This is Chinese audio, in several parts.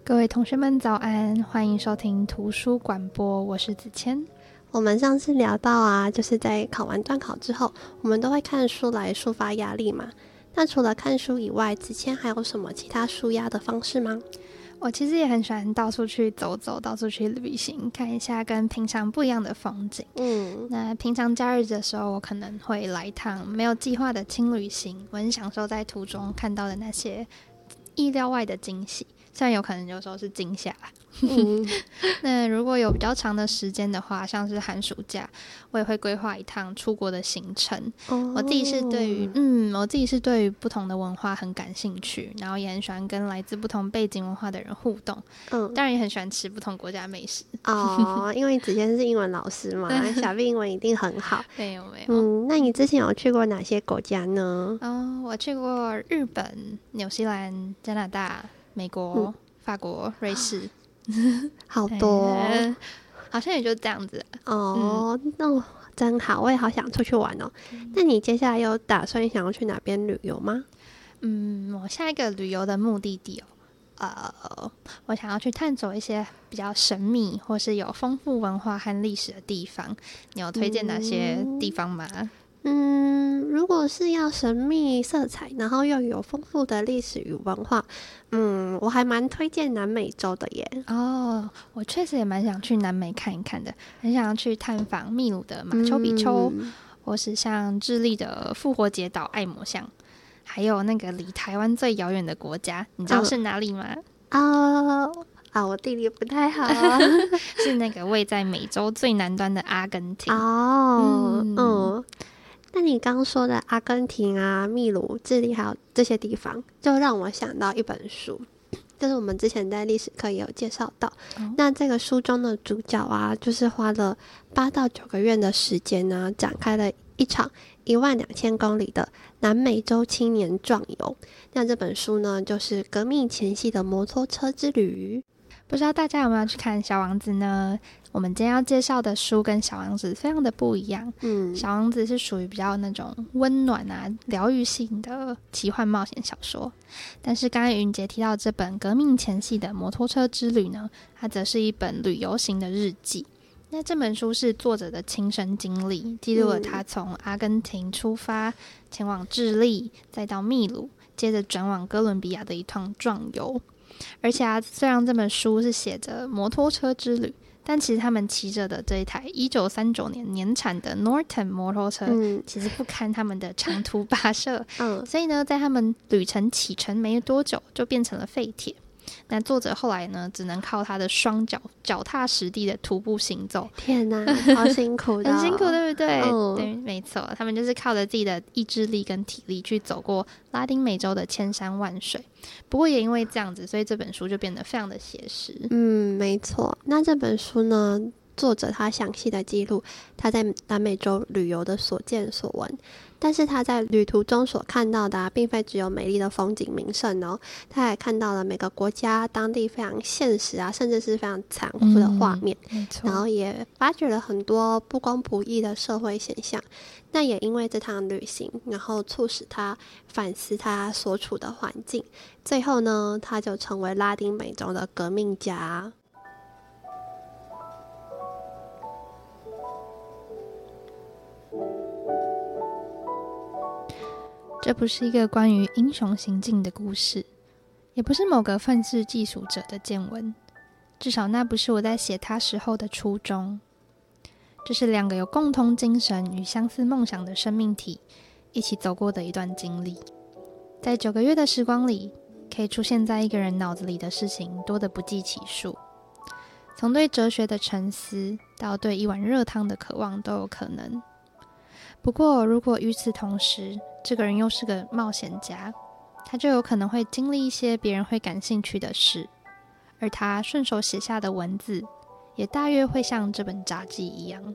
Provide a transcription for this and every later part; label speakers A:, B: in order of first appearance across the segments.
A: 各位同学们早安，欢迎收听图书馆播，我是子谦。
B: 我们上次聊到啊，就是在考完段考之后，我们都会看书来抒发压力嘛。那除了看书以外，子谦还有什么其他抒压的方式吗？
A: 我其实也很喜欢到处去走走，到处去旅行，看一下跟平常不一样的风景。那平常假日的时候，我可能会来一趟没有计划的轻旅行，我很享受在途中看到的那些意料外的惊喜，虽然有可能有时候是惊吓啦。那如果有比较长的时间的话，像是寒暑假，我也会规划一趟出国的行程。我自己是对于不同的文化很感兴趣，然后也很喜欢跟来自不同背景文化的人互动。当然也很喜欢吃不同国家的美食。
B: 因为子谦是英文老师嘛，小 B 英文一定很好。
A: 没有。
B: 那你之前有去过哪些国家呢？
A: 我去过日本、纽西兰、加拿大、美国、法国、瑞士。
B: 好多
A: 好像也就这样子。
B: 那真好，我也好想出去玩哦。那你接下来有打算想要去哪边旅游吗？
A: 我下一个旅游的目的地我想要去探索一些比较神秘或是有丰富文化和历史的地方。你有推荐哪些地方吗？
B: 如果是要神秘色彩，然后又有丰富的历史与文化，我还蛮推荐南美洲的耶。
A: 我确实也蛮想去南美看一看的，很想要去探访秘鲁的马丘比丘，或是像智利的复活节岛艾摩巷，还有那个离台湾最遥远的国家，你知道是哪里吗？
B: 我地理不太好啊。
A: 是那个位在美洲最南端的阿根廷。
B: 那你刚刚说的阿根廷啊、秘鲁、智利还有这些地方，就让我想到一本书，就是我们之前在历史课也有介绍到。那这个书中的主角啊，就是花了8到9个月的时间呢，展开了一场12000公里的南美洲青年壮游。那这本书呢，就是革命前夕的摩托车之旅。
A: 不知道大家有没有去看小王子呢？我们今天要介绍的书跟小王子非常的不一样。小王子是属于比较那种温暖啊、疗愈性的奇幻冒险小说，但是刚才云杰提到这本革命前夕的摩托车之旅呢，它则是一本旅游型的日记。那这本书是作者的亲身经历，记录了他从阿根廷出发，前往智利，再到秘鲁，接着转往哥伦比亚的一趟壮游。而且虽然这本书是写着摩托车之旅，但其实他们骑着的这一台1939年年产的 Norton 摩托车，其实不堪他们的长途跋涉，所以呢，在他们旅程启程没多久，就变成了废铁。那作者后来呢，只能靠他的双脚脚踏实地的徒步行走。
B: 天哪，好辛苦的。
A: 很辛苦，对不对？对，没错，他们就是靠着自己的意志力跟体力去走过拉丁美洲的千山万水。不过也因为这样子，所以这本书就变得非常的写实。
B: 没错。那这本书呢，作者他详细的记录他在南美洲旅游的所见所闻，但是他在旅途中所看到的并非只有美丽的风景名胜哦，他还看到了每个国家当地非常现实啊，甚至是非常残酷的画面，然后也发掘了很多不公不义的社会现象。那也因为这趟旅行，然后促使他反思他所处的环境，最后呢，他就成为拉丁美洲的革命家。
A: 这不是一个关于英雄行径的故事，也不是某个愤世嫉俗者的见闻，至少那不是我在写它时候的初衷。这是2个有共同精神与相似梦想的生命体一起走过的一段经历。在9个月的时光里，可以出现在一个人脑子里的事情多得不计其数，从对哲学的沉思到对一碗热汤的渴望都有可能。不过如果与此同时，这个人又是个冒险家，他就有可能会经历一些别人会感兴趣的事，而他顺手写下的文字也大约会像这本札记一样。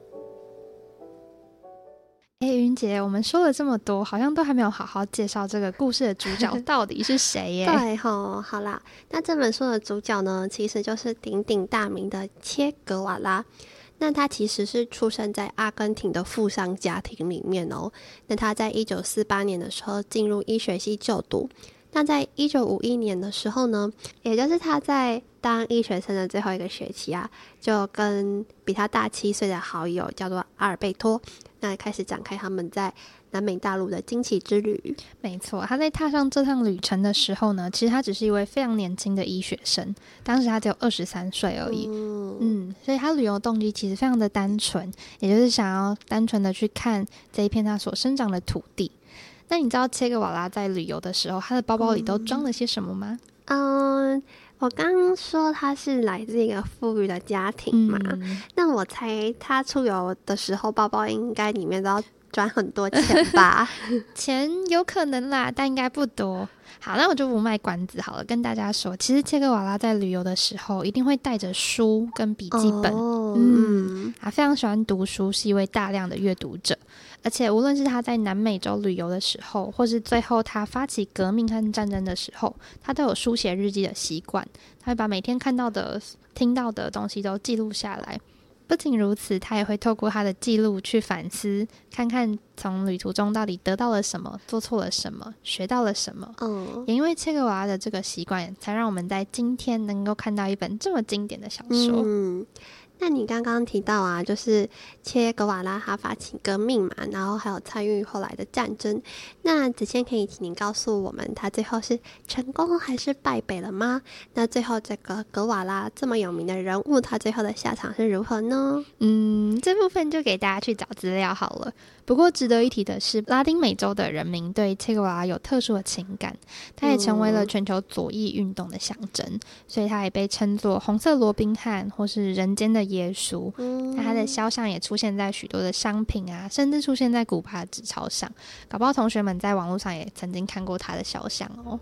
A: 云姐，我们说了这么多，好像都还没有好好介绍这个故事的主角到底是谁耶？
B: 对好啦，那这本书的主角呢，其实就是鼎鼎大名的切格瓦拉。那他其实是出生在阿根廷的富商家庭里面哦。那他在1948年的时候进入医学系就读， 那在1951年的时候呢，也就是他在当医学生的最后一个学期啊，就跟比他大7岁的好友叫做阿尔贝托，那开始展开他们在南美大陆的惊奇之旅。
A: 没错，他在踏上这趟旅程的时候呢，其实他只是一位非常年轻的医学生，当时他只有23岁而已。所以他旅游动机其实非常的单纯，也就是想要单纯的去看这一片他所生长的土地。那你知道切格瓦拉在旅游的时候，他的包包里都装了些什么吗？
B: 我刚刚说他是来自一个富裕的家庭嘛，那我猜他出游的时候包包应该里面都要赚很多钱吧？
A: 钱有可能啦，但应该不多。好，那我就不卖关子好了，跟大家说，其实切格瓦拉在旅游的时候一定会带着书跟笔记本。他非常喜欢读书，是一位大量的阅读者。而且无论是他在南美洲旅游的时候，或是最后他发起革命和战争的时候，他都有书写日记的习惯。他会把每天看到的、听到的东西都记录下来。不仅如此，他也会透过他的记录去反思，看看从旅途中到底得到了什么，做错了什么，学到了什么。也因为切格瓦拉的这个习惯，才让我们在今天能够看到一本这么经典的小说。
B: 那你刚刚提到啊，就是切格瓦拉他发起革命嘛，然后还有参与后来的战争。那子谦可以请您告诉我们，他最后是成功还是败北了吗？那最后这个格瓦拉这么有名的人物，他最后的下场是如何呢？
A: 这部分就给大家去找资料好了。不过值得一提的是，拉丁美洲的人民对切格瓦拉有特殊的情感，他也成为了全球左翼运动的象征，所以他也被称作红色罗宾汉或是人间的耶稣。那他的肖像也出现在许多的商品啊，甚至出现在古巴的纸钞上，搞不好同学们在网络上也曾经看过他的肖像哦。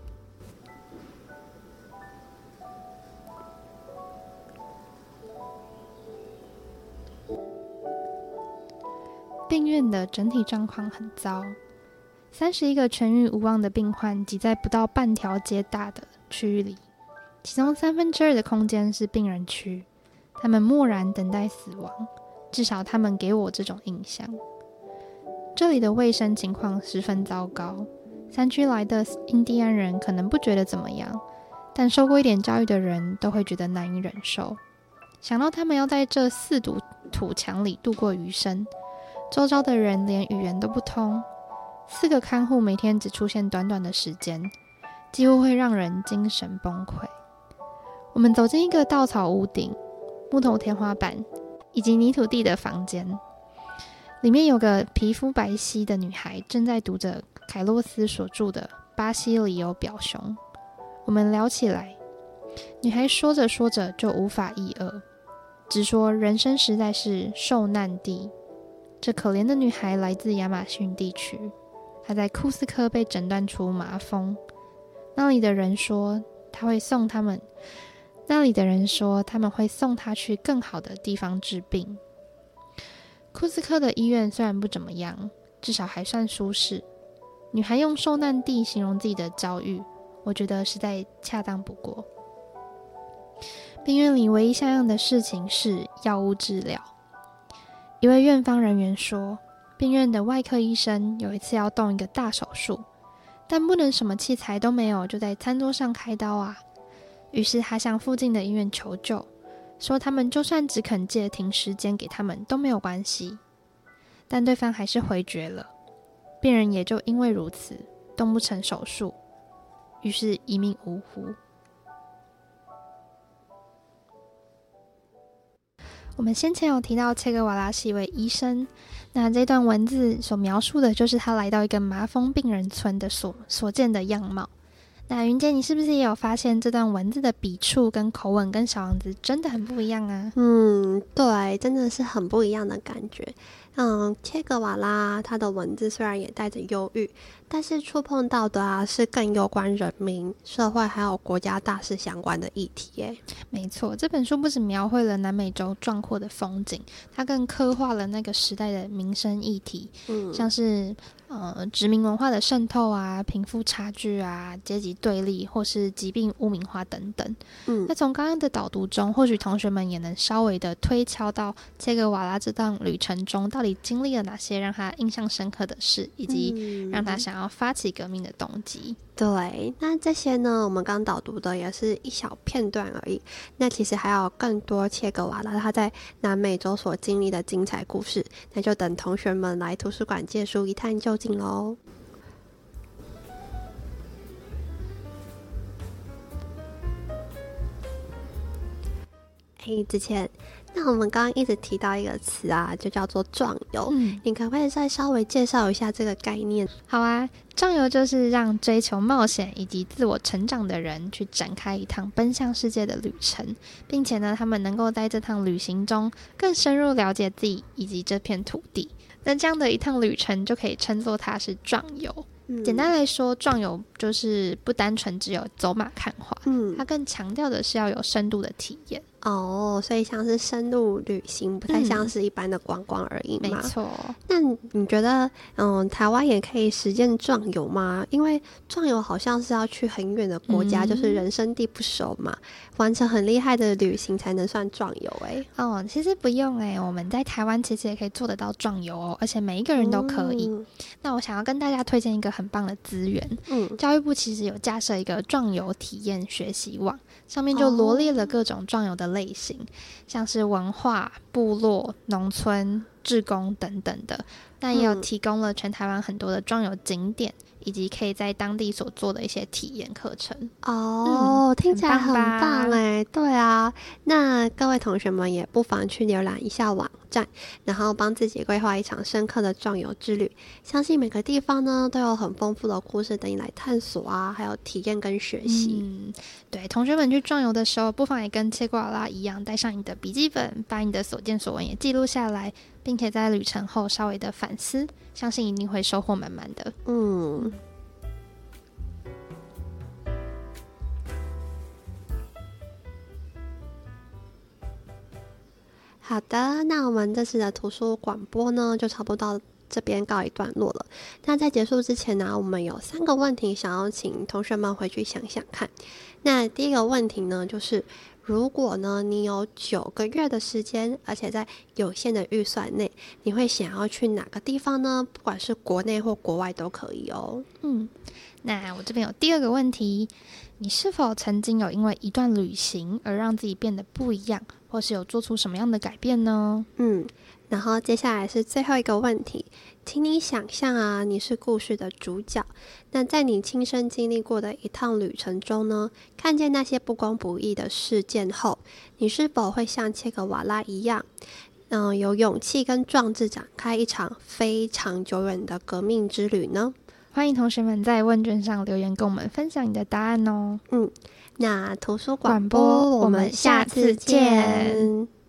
A: 病院的整体状况很糟，31个痊愈无望的病患挤在不到半条街大的区域里，其中2/3的空间是病人区，他们默然等待死亡，至少他们给我这种印象。这里的卫生情况十分糟糕，山区来的印第安人可能不觉得怎么样，但受过一点教育的人都会觉得难以忍受。想到他们要在这4堵土墙里度过余生，周遭的人连语言都不通，4个看护每天只出现短短的时间，几乎会让人精神崩溃。我们走进一个稻草屋顶、木头天花板以及泥土地的房间，里面有个皮肤白皙的女孩正在读着凯洛斯所著的《巴西里尤表熊》。我们聊起来，女孩说着说着就无法抑制，只说人生实在是受难地。这可怜的女孩来自亚马逊地区，她在库斯科被诊断出麻风。那里的人说他们会送她去更好的地方治病。库斯科的医院虽然不怎么样，至少还算舒适。女孩用受难地形容自己的遭遇，我觉得实在恰当不过。病院里唯一像样的事情是药物治疗。一位院方人员说，病院的外科医生有一次要动一个大手术，但不能什么器材都没有，就在餐桌上开刀啊。于是他向附近的医院求救，说他们就算只肯借停时间给他们都没有关系，但对方还是回绝了。病人也就因为如此动不成手术，于是一命呜呼。我们先前有提到切格瓦拉是一位医生，那这段文字所描述的就是他来到一个麻风病人村的所见的样貌。那云姐，你是不是也有发现这段文字的笔触跟口吻跟小王子真的很不一样啊？
B: 对，真的是很不一样的感觉。切格瓦拉他的文字虽然也带着忧郁，但是触碰到的是更有关人民、社会还有国家大事相关的议题耶。
A: 没错，这本书不只描绘了南美洲壮阔的风景，它更刻画了那个时代的民生议题，像是殖民文化的渗透啊、贫富差距啊、阶级对立或是疾病污名化等等。那从刚刚的导读中，或许同学们也能稍微的推敲到切格瓦拉这趟旅程中到到底经历了哪些让他印象深刻的事，以及让他想要发起革命的动机。
B: 对，那这些呢，我们刚导读的也是一小片段而已。那其实还有更多切格瓦拉他在南美洲所经历的精彩故事，那就等同学们来图书馆借书一探究竟咯。之前那我们刚刚一直提到一个词啊，就叫做壮游。你可不可以再稍微介绍一下这个概念？
A: 好啊，壮游就是让追求冒险以及自我成长的人去展开一趟奔向世界的旅程，并且呢，他们能够在这趟旅行中更深入了解自己以及这片土地。那这样的一趟旅程就可以称作它是壮游。简单来说，壮游就是不单纯只有走马看花，它更强调的是要有深度的体验。
B: 所以像是深度旅行，不太像是一般的观光而已嘛。
A: 没错。
B: 那你觉得台湾也可以实践壮游吗？因为壮游好像是要去很远的国家，就是人生地不熟嘛，完成很厉害的旅行才能算壮游
A: 其实不用我们在台湾其实也可以做得到壮游而且每一个人都可以。那我想要跟大家推荐一个很棒的资源，教育部其实有架设一个壮游体验学习网，上面就罗列了各种壮游的类型，像是文化、部落、农村、志工等等的。那也有提供了全台湾很多的壮游景点，以及可以在当地所做的一些体验课程。
B: 听起来很棒对啊，那各位同学们也不妨去浏览一下网站，然后帮自己规划一场深刻的壮游之旅。相信每个地方呢都有很丰富的故事等你来探索啊，还有体验跟学习。
A: 对，同学们去壮游的时候，不妨也跟切格瓦拉一样，带上你的笔记本，把你的所见所闻也记录下来，并且在旅程后稍微的反思，相信一定会收获满满的。
B: 好的，那我们这次的图书广播呢，就差不多到这边告一段落了。那在结束之前呢，我们有3个问题想要请同学们回去想想看。那第一个问题呢，就是如果呢你有9个月的时间，而且在有限的预算内，你会想要去哪个地方呢？不管是国内或国外都可以哦。
A: 那我这边有第2个问题，你是否曾经有因为一段旅行而让自己变得不一样，或是有做出什么样的改变呢？
B: 然后接下来是最后一个问题，请你想象啊，你是故事的主角，那在你亲身经历过的一趟旅程中呢，看见那些不公不义的事件后，你是否会像切格瓦拉一样，有勇气跟壮志展开一场非常久远的革命之旅呢？
A: 欢迎同学们在问卷上留言跟我们分享你的答案哦。
B: 那图书广播，我们下次见。